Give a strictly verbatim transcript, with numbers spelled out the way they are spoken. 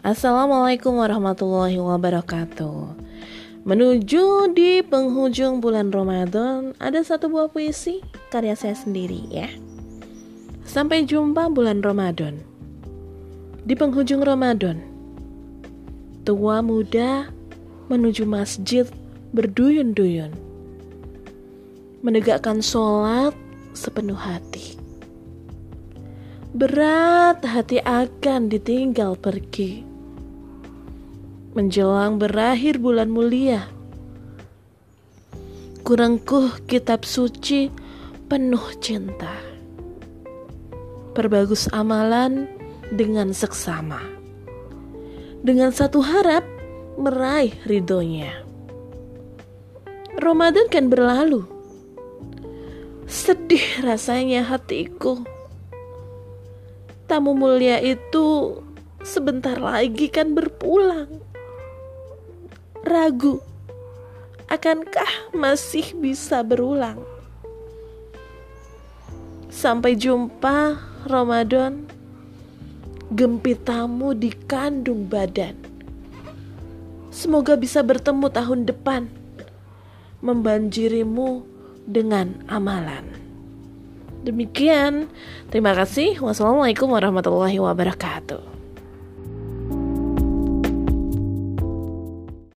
Assalamualaikum warahmatullahi wabarakatuh. Menuju di penghujung bulan Ramadan, ada satu buah puisi karya saya sendiri ya. Sampai jumpa bulan Ramadan. Di penghujung Ramadan, tua muda menuju masjid berduyun-duyun, menegakkan sholat sepenuh hati. Berat hati akan ditinggal pergi. Menjelang berakhir bulan mulia, kurangkuh kitab suci penuh cinta. Perbagus amalan dengan seksama, dengan satu harap meraih ridhonya. Ramadan kan berlalu, sedih rasanya hatiku. Tamu mulia itu sebentar lagi kan berpulang. Ragu, akankah masih bisa berulang? Sampai jumpa Ramadan, gempitamu di kandung badan. Semoga bisa bertemu tahun depan, membanjirimu dengan amalan. Demikian, terima kasih. Wassalamualaikum warahmatullahi wabarakatuh.